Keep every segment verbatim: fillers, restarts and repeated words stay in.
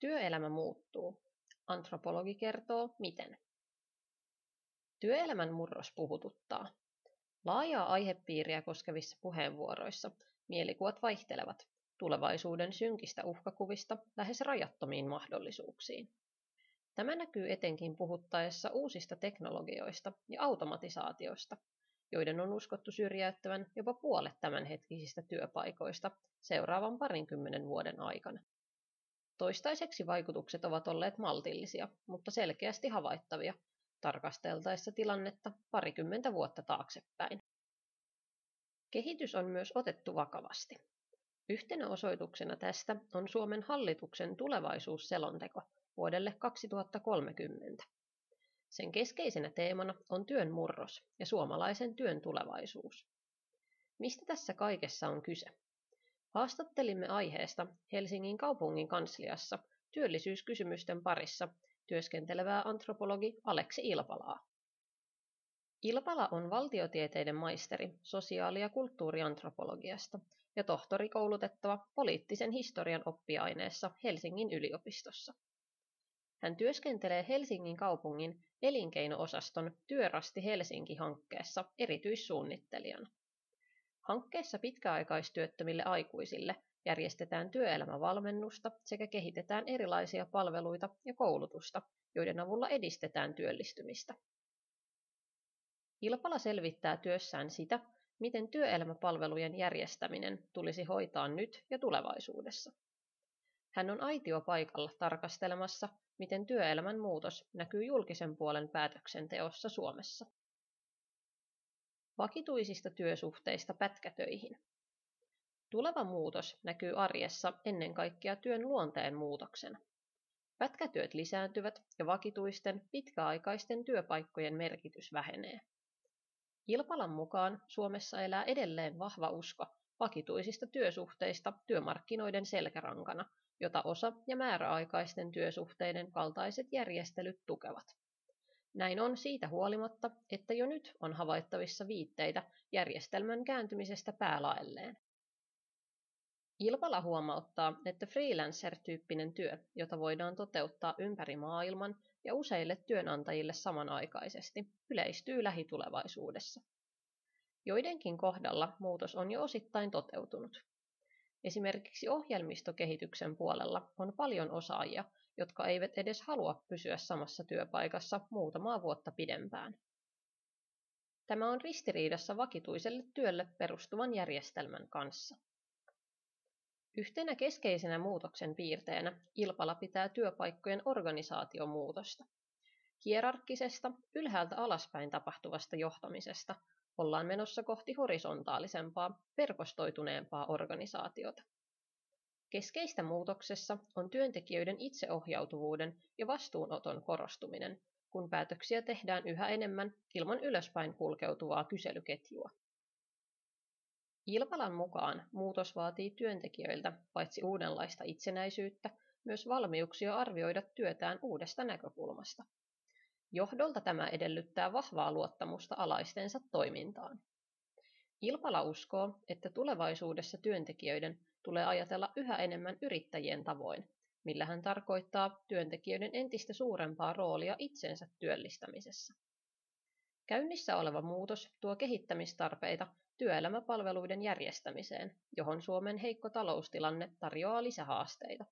Työelämä muuttuu. Antropologi kertoo, miten. Työelämän murros puhututtaa. Laajaa aihepiiriä koskevissa puheenvuoroissa mielikuvat vaihtelevat tulevaisuuden synkistä uhkakuvista lähes rajattomiin mahdollisuuksiin. Tämä näkyy etenkin puhuttaessa uusista teknologioista ja automatisaatiosta, joiden on uskottu syrjäyttävän jopa puolet tämänhetkisistä työpaikoista seuraavan parinkymmenen vuoden aikana. Toistaiseksi vaikutukset ovat olleet maltillisia, mutta selkeästi havaittavia, tarkasteltaessa tilannetta parikymmentä vuotta taaksepäin. Kehitys on myös otettu vakavasti. Yhtenä osoituksena tästä on Suomen hallituksen tulevaisuusselonteko vuodelle kaksituhattakolmekymmentä. Sen keskeisenä teemana on työn murros ja suomalaisen työn tulevaisuus. Mistä tässä kaikessa on kyse? Haastattelimme aiheesta Helsingin kaupungin kansliassa työllisyyskysymysten parissa työskentelevää antropologi Aleksi Ilpalaa. Ilpala on valtiotieteiden maisteri sosiaali- ja kulttuuriantropologiasta ja tohtorikoulutettava poliittisen historian oppiaineessa Helsingin yliopistossa. Hän työskentelee Helsingin kaupungin elinkeino-osaston Työrasti Helsinki-hankkeessa erityissuunnittelijana. Hankkeessa pitkäaikaistyöttömille aikuisille järjestetään työelämävalmennusta sekä kehitetään erilaisia palveluita ja koulutusta, joiden avulla edistetään työllistymistä. Ilpala selvittää työssään sitä, miten työelämäpalvelujen järjestäminen tulisi hoitaa nyt ja tulevaisuudessa. Hän on aitiopaikalla tarkastelemassa, miten työelämän muutos näkyy julkisen puolen päätöksenteossa Suomessa. Vakituisista työsuhteista pätkätöihin. Tuleva muutos näkyy arjessa ennen kaikkea työn luonteen muutoksena. Pätkätyöt lisääntyvät ja vakituisten pitkäaikaisten työpaikkojen merkitys vähenee. Ilpalan mukaan Suomessa elää edelleen vahva usko vakituisista työsuhteista työmarkkinoiden selkärankana, jota osa- ja määräaikaisten työsuhteiden kaltaiset järjestelyt tukevat. Näin on siitä huolimatta, että jo nyt on havaittavissa viitteitä järjestelmän kääntymisestä päälaelleen. Ilpala huomauttaa, että freelancer-tyyppinen työ, jota voidaan toteuttaa ympäri maailman ja useille työnantajille samanaikaisesti, yleistyy lähitulevaisuudessa. Joidenkin kohdalla muutos on jo osittain toteutunut. Esimerkiksi ohjelmistokehityksen puolella on paljon osaajia, jotka eivät edes halua pysyä samassa työpaikassa muutamaa vuotta pidempään. Tämä on ristiriidassa vakituiselle työlle perustuvan järjestelmän kanssa. Yhtenä keskeisenä muutoksen piirteenä Ilpala pitää työpaikkojen organisaatiomuutosta. Hierarkkisesta, ylhäältä alaspäin tapahtuvasta johtamisesta ollaan menossa kohti horisontaalisempaa, verkostoituneempaa organisaatiota. Keskeistä muutoksessa on työntekijöiden itseohjautuvuuden ja vastuunoton korostuminen, kun päätöksiä tehdään yhä enemmän ilman ylöspäin kulkeutuvaa kyselyketjua. Ilpalan mukaan muutos vaatii työntekijöiltä paitsi uudenlaista itsenäisyyttä, myös valmiuksia arvioida työtään uudesta näkökulmasta. Johdolta tämä edellyttää vahvaa luottamusta alaistensa toimintaan. Ilpala uskoo, että tulevaisuudessa työntekijöiden tulee ajatella yhä enemmän yrittäjien tavoin, millä hän tarkoittaa työntekijöiden entistä suurempaa roolia itsensä työllistämisessä. Käynnissä oleva muutos tuo kehittämistarpeita työelämäpalveluiden järjestämiseen, johon Suomen heikko taloustilanne tarjoaa lisähaasteita.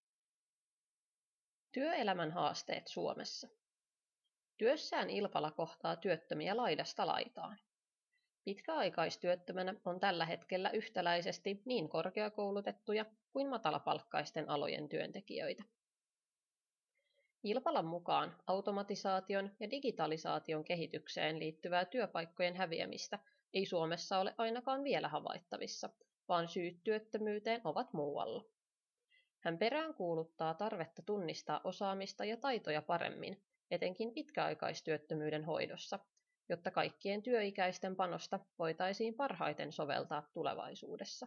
Työelämän haasteet Suomessa. Työssään Ilpala kohtaa työttömiä laidasta laitaan. Pitkäaikaistyöttömänä on tällä hetkellä yhtäläisesti niin korkeakoulutettuja kuin matalapalkkaisten alojen työntekijöitä. Ilpalan mukaan automatisaation ja digitalisaation kehitykseen liittyvää työpaikkojen häviämistä ei Suomessa ole ainakaan vielä havaittavissa, vaan syyt työttömyyteen ovat muualla. Hän peräänkuuluttaa tarvetta tunnistaa osaamista ja taitoja paremmin, etenkin pitkäaikaistyöttömyyden hoidossa, jotta kaikkien työikäisten panosta voitaisiin parhaiten soveltaa tulevaisuudessa.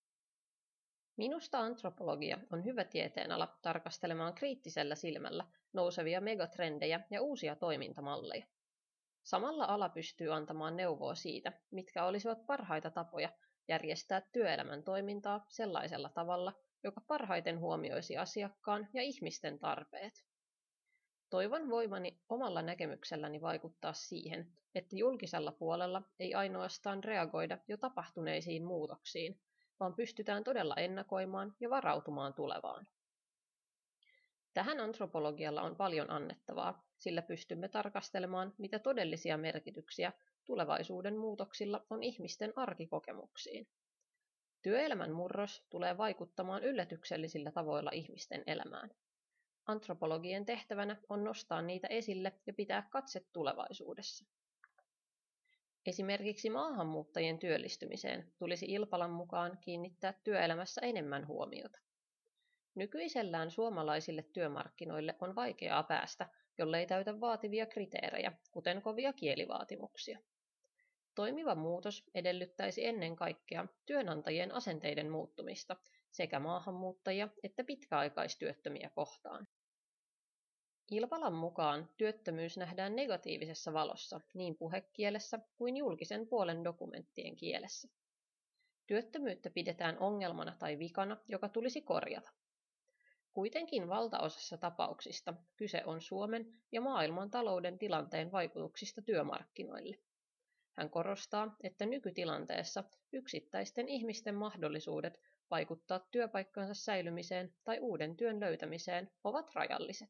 Minusta antropologia on hyvä tieteenala tarkastelemaan kriittisellä silmällä nousevia megatrendejä ja uusia toimintamalleja. Samalla ala pystyy antamaan neuvoa siitä, mitkä olisivat parhaita tapoja järjestää työelämän toimintaa sellaisella tavalla, joka parhaiten huomioisi asiakkaan ja ihmisten tarpeet. Toivon voivani omalla näkemykselläni vaikuttaa siihen, että julkisella puolella ei ainoastaan reagoida jo tapahtuneisiin muutoksiin, vaan pystytään todella ennakoimaan ja varautumaan tulevaan. Tähän antropologialla on paljon annettavaa, sillä pystymme tarkastelemaan, mitä todellisia merkityksiä tulevaisuuden muutoksilla on ihmisten arkikokemuksiin. Työelämän murros tulee vaikuttamaan yllätyksellisillä tavoilla ihmisten elämään. Antropologien tehtävänä on nostaa niitä esille ja pitää katse tulevaisuudessa. Esimerkiksi maahanmuuttajien työllistymiseen tulisi Ilpalan mukaan kiinnittää työelämässä enemmän huomiota. Nykyisellään suomalaisille työmarkkinoille on vaikeaa päästä, jollei täytä vaativia kriteerejä, kuten kovia kielivaatimuksia. Toimiva muutos edellyttäisi ennen kaikkea työnantajien asenteiden muuttumista sekä maahanmuuttajia että pitkäaikaistyöttömiä kohtaan. Ilpalan mukaan työttömyys nähdään negatiivisessa valossa niin puhekielessä kuin julkisen puolen dokumenttien kielessä. Työttömyyttä pidetään ongelmana tai vikana, joka tulisi korjata. Kuitenkin valtaosassa tapauksista kyse on Suomen ja maailman talouden tilanteen vaikutuksista työmarkkinoille. Hän korostaa, että nykytilanteessa yksittäisten ihmisten mahdollisuudet vaikuttaa työpaikkansa säilymiseen tai uuden työn löytämiseen ovat rajalliset.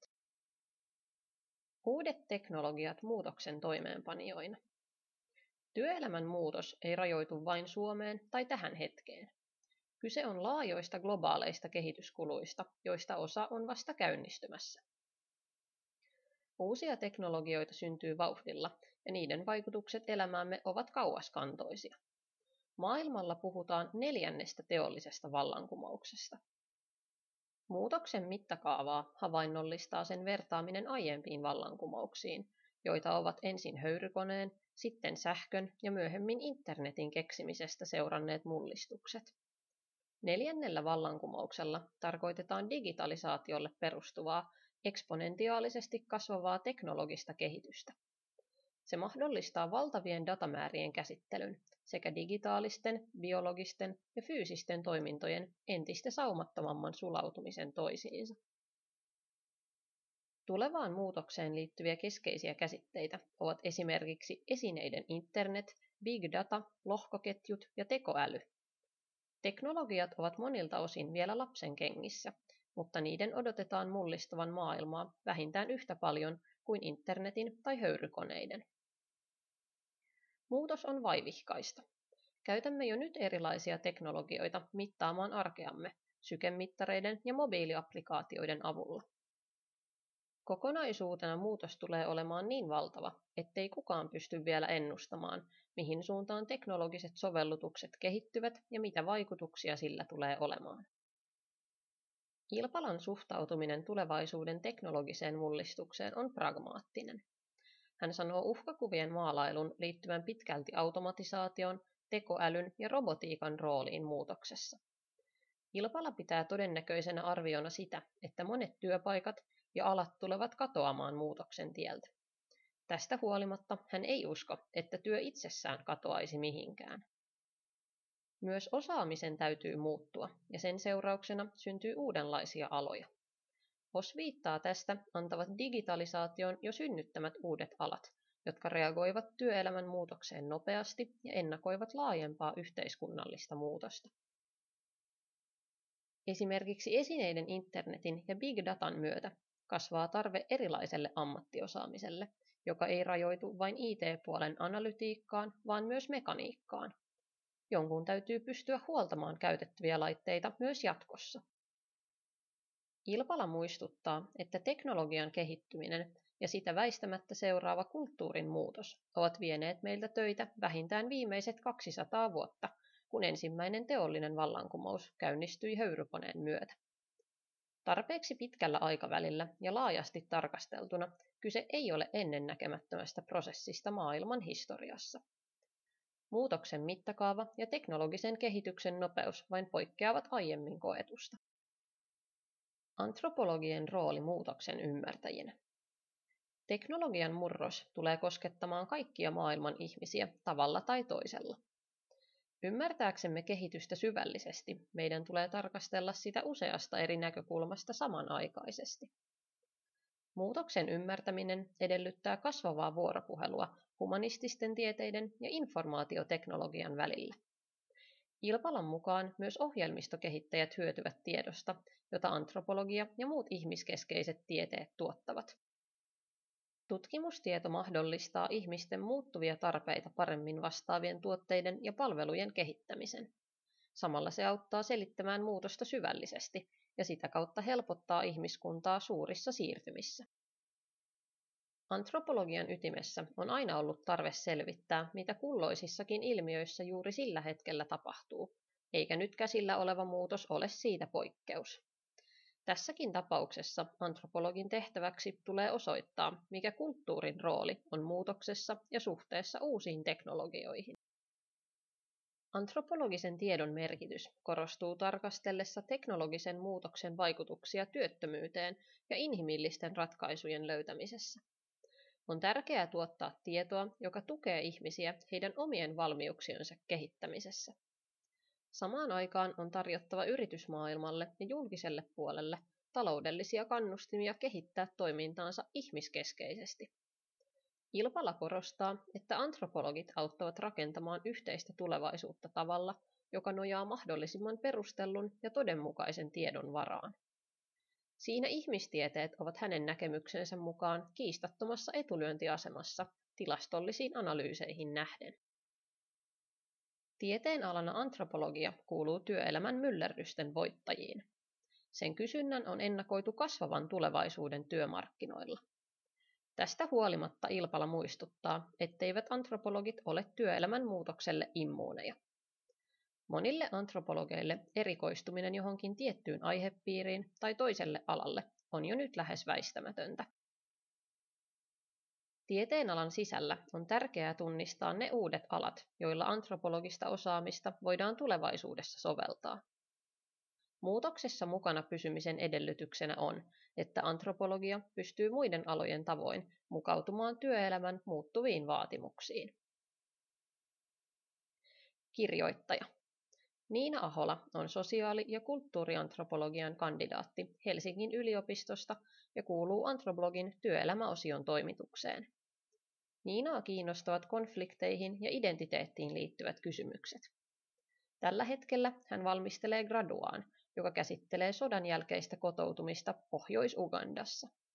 Uudet teknologiat muutoksen toimeenpanijoina. Työelämän muutos ei rajoitu vain Suomeen tai tähän hetkeen. Kyse on laajoista globaaleista kehityskuluista, joista osa on vasta käynnistymässä. Uusia teknologioita syntyy vauhdilla, ja niiden vaikutukset elämäämme ovat kauaskantoisia. Maailmalla puhutaan neljännestä teollisesta vallankumouksesta. Muutoksen mittakaavaa havainnollistaa sen vertaaminen aiempiin vallankumouksiin, joita ovat ensin höyrykoneen, sitten sähkön ja myöhemmin internetin keksimisestä seuranneet mullistukset. Neljännellä vallankumouksella tarkoitetaan digitalisaatiolle perustuvaa, eksponentiaalisesti kasvavaa teknologista kehitystä. Se mahdollistaa valtavien datamäärien käsittelyn sekä digitaalisten, biologisten ja fyysisten toimintojen entistä saumattomamman sulautumisen toisiinsa. Tulevaan muutokseen liittyviä keskeisiä käsitteitä ovat esimerkiksi esineiden internet, big data, lohkoketjut ja tekoäly. Teknologiat ovat monilta osin vielä lapsen kengissä, mutta niiden odotetaan mullistavan maailmaa vähintään yhtä paljon kuin internetin tai höyrykoneiden. Muutos on vaivihkaista. Käytämme jo nyt erilaisia teknologioita mittaamaan arkeamme sykemittareiden ja mobiiliapplikaatioiden avulla. Kokonaisuutena muutos tulee olemaan niin valtava, ettei kukaan pysty vielä ennustamaan, mihin suuntaan teknologiset sovellutukset kehittyvät ja mitä vaikutuksia sillä tulee olemaan. Ilpalan suhtautuminen tulevaisuuden teknologiseen mullistukseen on pragmaattinen. Hän sanoo uhkakuvien maalailun liittyvän pitkälti automatisaation, tekoälyn ja robotiikan rooliin muutoksessa. Ilpala pitää todennäköisenä arviona sitä, että monet työpaikat ja alat tulevat katoamaan muutoksen tieltä. Tästä huolimatta hän ei usko, että työ itsessään katoaisi mihinkään. Myös osaamisen täytyy muuttua, ja sen seurauksena syntyy uudenlaisia aloja. Osviittaa tästä antavat digitalisaation jo synnyttämät uudet alat, jotka reagoivat työelämän muutokseen nopeasti ja ennakoivat laajempaa yhteiskunnallista muutosta. Esimerkiksi esineiden internetin ja big datan myötä kasvaa tarve erilaiselle ammattiosaamiselle, joka ei rajoitu vain I T-puolen analytiikkaan, vaan myös mekaniikkaan. Jonkun täytyy pystyä huoltamaan käytettäviä laitteita myös jatkossa. Ilpala muistuttaa, että teknologian kehittyminen ja sitä väistämättä seuraava kulttuurin muutos ovat vieneet meiltä töitä vähintään viimeiset kaksisataa vuotta, kun ensimmäinen teollinen vallankumous käynnistyi höyrykoneen myötä. Tarpeeksi pitkällä aikavälillä ja laajasti tarkasteltuna kyse ei ole ennennäkemättömästä prosessista maailman historiassa. Muutoksen mittakaava ja teknologisen kehityksen nopeus vain poikkeavat aiemmin koetusta. Antropologien rooli muutoksen ymmärtäjinä. Teknologian murros tulee koskettamaan kaikkia maailman ihmisiä tavalla tai toisella. Ymmärtääksemme kehitystä syvällisesti, meidän tulee tarkastella sitä useasta eri näkökulmasta samanaikaisesti. Muutoksen ymmärtäminen edellyttää kasvavaa vuoropuhelua humanististen tieteiden ja informaatioteknologian välillä. Ilpalan mukaan myös ohjelmistokehittäjät hyötyvät tiedosta, jota antropologia ja muut ihmiskeskeiset tieteet tuottavat. Tutkimustieto mahdollistaa ihmisten muuttuvia tarpeita paremmin vastaavien tuotteiden ja palvelujen kehittämisen. Samalla se auttaa selittämään muutosta syvällisesti ja sitä kautta helpottaa ihmiskuntaa suurissa siirtymissä. Antropologian ytimessä on aina ollut tarve selvittää, mitä kulloisissakin ilmiöissä juuri sillä hetkellä tapahtuu, eikä nyt käsillä oleva muutos ole siitä poikkeus. Tässäkin tapauksessa antropologin tehtäväksi tulee osoittaa, mikä kulttuurin rooli on muutoksessa ja suhteessa uusiin teknologioihin. Antropologisen tiedon merkitys korostuu tarkastellessa teknologisen muutoksen vaikutuksia työttömyyteen ja inhimillisten ratkaisujen löytämisessä. On tärkeää tuottaa tietoa, joka tukee ihmisiä heidän omien valmiuksiensa kehittämisessä. Samaan aikaan on tarjottava yritysmaailmalle ja julkiselle puolelle taloudellisia kannustimia kehittää toimintaansa ihmiskeskeisesti. Ilpala korostaa, että antropologit auttavat rakentamaan yhteistä tulevaisuutta tavalla, joka nojaa mahdollisimman perustellun ja todenmukaisen tiedon varaan. Siinä ihmistieteet ovat hänen näkemyksensä mukaan kiistattomassa etulyöntiasemassa tilastollisiin analyyseihin nähden. Tieteenalana antropologia kuuluu työelämän myllerrysten voittajiin. Sen kysynnän on ennakoitu kasvavan tulevaisuuden työmarkkinoilla. Tästä huolimatta Ilpala muistuttaa, etteivät antropologit ole työelämän muutokselle immuuneja. Monille antropologeille erikoistuminen johonkin tiettyyn aihepiiriin tai toiselle alalle on jo nyt lähes väistämätöntä. Tieteenalan sisällä on tärkeää tunnistaa ne uudet alat, joilla antropologista osaamista voidaan tulevaisuudessa soveltaa. Muutoksessa mukana pysymisen edellytyksenä on, että antropologia pystyy muiden alojen tavoin mukautumaan työelämän muuttuviin vaatimuksiin. Kirjoittaja Niina Ahola on sosiaali- ja kulttuuriantropologian kandidaatti Helsingin yliopistosta ja kuuluu Antroblogin työelämäosion toimitukseen. Niinaa kiinnostavat konflikteihin ja identiteettiin liittyvät kysymykset. Tällä hetkellä hän valmistelee graduaan, joka käsittelee sodan jälkeistä kotoutumista Pohjois-Ugandassa.